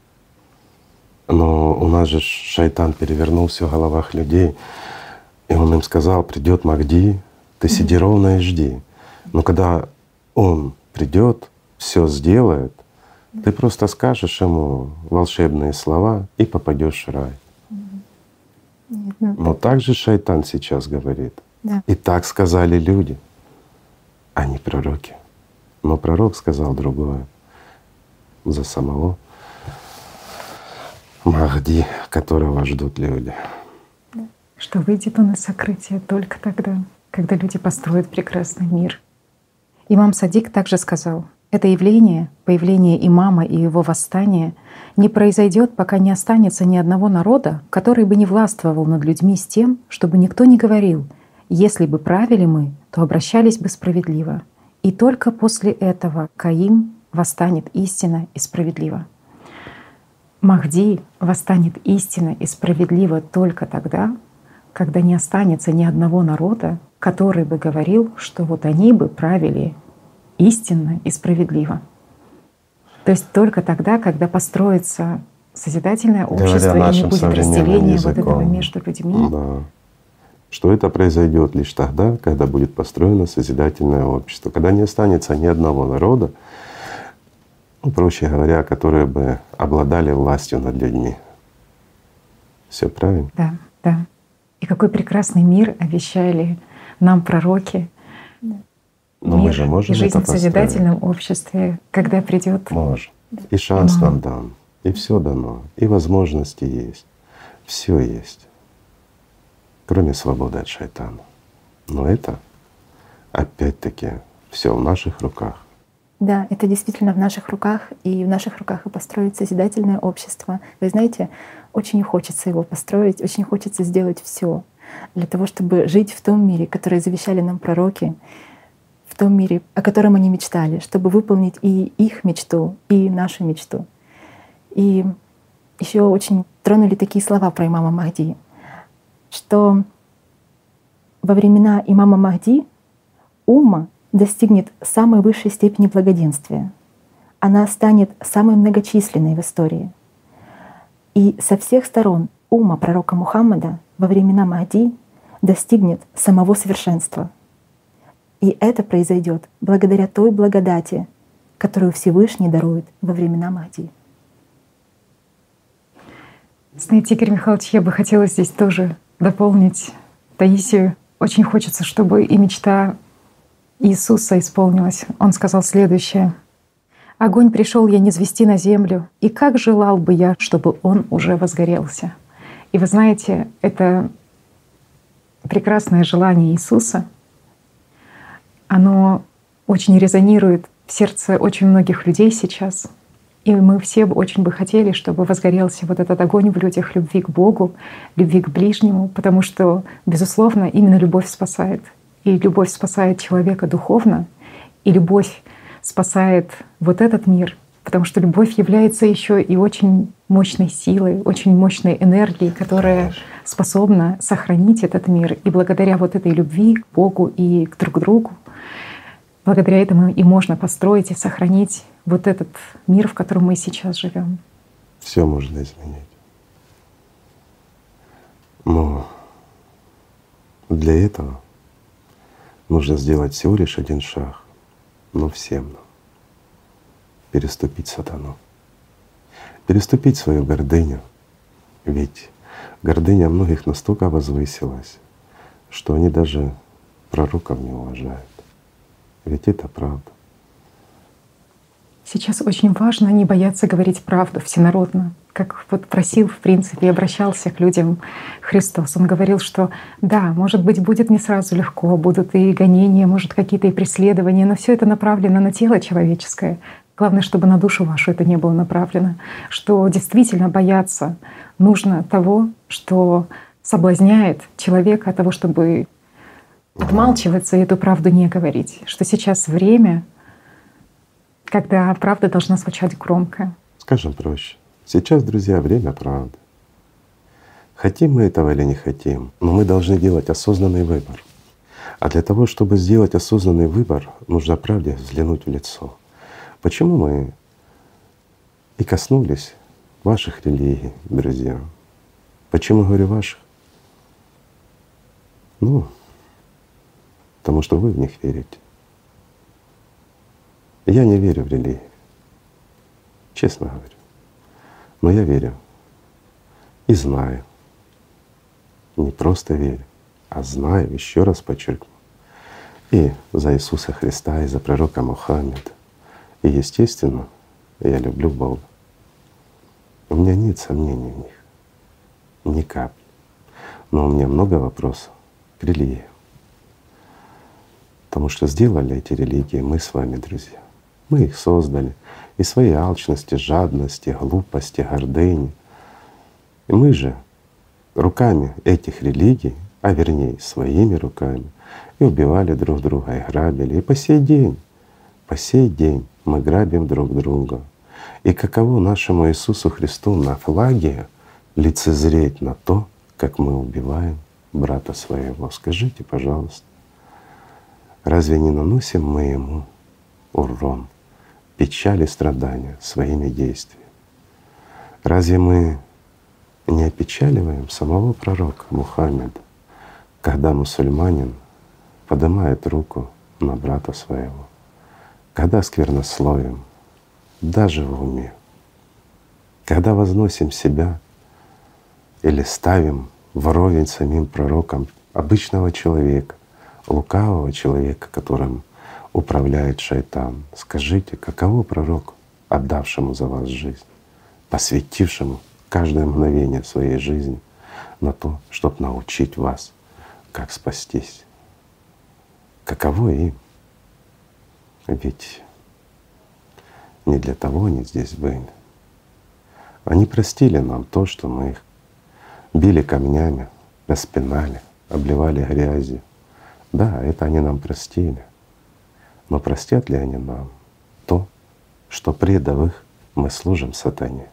Но у нас же шайтан перевернул все в головах людей, и он им сказал: придет Махди, ты сиди ровно и жди. Но когда он придет, все сделает, ты просто скажешь ему волшебные слова и попадешь в рай. Нет, ну, Но так же шайтан сейчас говорит. Да. И так сказали люди, а не пророки. Но пророк сказал другое за самого Махди, которого ждут люди. Что выйдет он из сокрытия только тогда, когда люди построят прекрасный мир. Имам Садик также сказал: Это явление, появление имама и его восстание не произойдет, пока не останется ни одного народа, который бы не властвовал над людьми с тем, чтобы никто не говорил: «Если бы правили мы, то обращались бы справедливо». И только после этого Каим восстанет истинно и справедливо. Махди восстанет истинно и справедливо только тогда, когда не останется ни одного народа, который бы говорил, что вот они бы правили истинно и справедливо. То есть только тогда, когда построится созидательное общество и не будет разделения языком, вот этого между людьми. Да. Что это произойдет лишь тогда, когда будет построено созидательное общество, когда не останется ни одного народа, ну, проще говоря, которые бы обладали властью над людьми. Все правильно? Да, да. И какой прекрасный мир обещали нам пророки. Но мир мы же можем и жизнь это в созидательном обществе, когда придет. Можем. И шанс нам дан, и все дано, и возможности есть, все есть, кроме свободы от шайтана. Но это опять-таки все в наших руках. Да, это действительно в наших руках, и в наших руках и построить созидательное общество. Вы знаете, очень хочется его построить, очень хочется сделать все для того, чтобы жить в том мире, который завещали нам пророки, в том мире, о котором они мечтали, чтобы выполнить и их мечту, и нашу мечту. И еще очень тронули такие слова про имама Махди, что во времена имама Махди умма достигнет самой высшей степени благоденствия. Она станет самой многочисленной в истории. И со всех сторон умма пророка Мухаммада во времена Махди достигнет самого совершенства. И это произойдет благодаря той благодати, которую Всевышний дарует во времена Махди. Знаете, Игорь Михайлович, я бы хотела здесь тоже дополнить Таисию. Очень хочется, чтобы и мечта Иисуса исполнилась. Он сказал следующее: «Огонь пришел я низвести на землю, и как желал бы я, чтобы он уже возгорелся». И вы знаете, это прекрасное желание Иисуса, оно очень резонирует в сердце очень многих людей сейчас. И мы все очень бы хотели, чтобы возгорелся вот этот огонь в людях любви к Богу, любви к ближнему, потому что, безусловно, именно любовь спасает. И любовь спасает человека духовно, и любовь спасает вот этот мир, потому что любовь является еще и очень мощной силой, очень мощной энергией, которая способна сохранить этот мир. И благодаря вот этой любви к Богу и к друг другу, благодаря этому и можно построить и сохранить вот этот мир, в котором мы сейчас живем. Все можно изменить. Но для этого нужно сделать всего лишь один шаг, но всем нам. Переступить сатану. Переступить свою гордыню. Ведь гордыня многих настолько возвысилась, что они даже пророков не уважают. Ведь это правда. Сейчас очень важно не бояться говорить правду всенародно. Как вот просил, в принципе, и обращался к людям Христос. Он говорил, что да, может быть, будет не сразу легко, будут и гонения, может, какие-то и преследования, но все это направлено на тело человеческое. Главное, чтобы на душу вашу это не было направлено. Что действительно бояться нужно того, что соблазняет человека от того, чтобы отмалчиваться и эту правду не говорить. Что сейчас время, когда правда должна звучать громко. Скажем проще. Сейчас, друзья, время правды. Хотим мы этого или не хотим, но мы должны делать осознанный выбор. А для того, чтобы сделать осознанный выбор, нужно правде взглянуть в лицо. Почему мы и коснулись ваших религий, друзья? Почему говорю ваших? Ну, потому что вы в них верите. Я не верю в религии, честно говорю. Но я верю и знаю. Не просто верю, а знаю, еще раз подчеркну, и за Иисуса Христа, и за пророка Мухаммеда. И, естественно, я люблю Бога. У меня нет сомнений в них, ни капли. Но у меня много вопросов к религии. Потому что сделали эти религии мы с вами, друзья. Мы их создали из своей алчности, жадности, глупости, гордыни. И мы же руками этих религий, а вернее своими руками, и убивали друг друга, и грабили. И по сей день, по сей день мы грабим друг друга. И каково нашему Иисусу Христу на флаге лицезреть на то, как мы убиваем брата своего? Скажите, пожалуйста, разве не наносим мы ему урон, печаль и страдания своими действиями? Разве мы не опечаливаем самого пророка Мухаммеда, когда мусульманин поднимает руку на брата своего, когда сквернословим, даже в уме, когда возносим себя или ставим вровень с самим пророком обычного человека, лукавого человека, которым управляет шайтан? Скажите, каково пророку, отдавшему за вас жизнь, посвятившему каждое мгновение своей жизни на то, чтобы научить вас, как спастись? Каково им? Ведь не для того они здесь были. Они простили нам то, что мы их били камнями, распинали, обливали грязью. Да, это они нам простили. Но простят ли они нам то, что, предав их, мы служим сатане?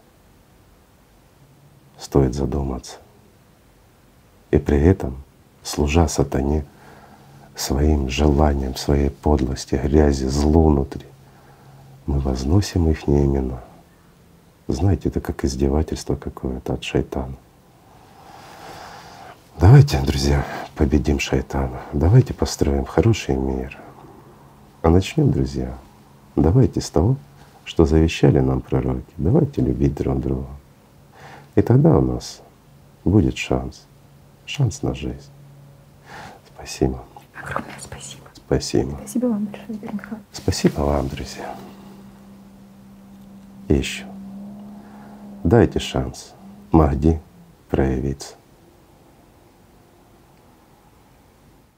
Стоит задуматься. И при этом, служа сатане, своим желанием, своей подлости, грязи, злу внутри, мы возносим их имена. Знаете, это как издевательство какое-то от шайтана. Давайте, друзья, победим шайтана. Давайте построим хороший мир. А начнем, друзья, давайте с того, что завещали нам пророки. Давайте любить друг друга. И тогда у нас будет шанс, шанс на жизнь. Спасибо. Огромное спасибо. Спасибо. Спасибо вам большое, Игорь Михайлович. Спасибо вам, друзья. И еще дайте шанс Махди проявиться.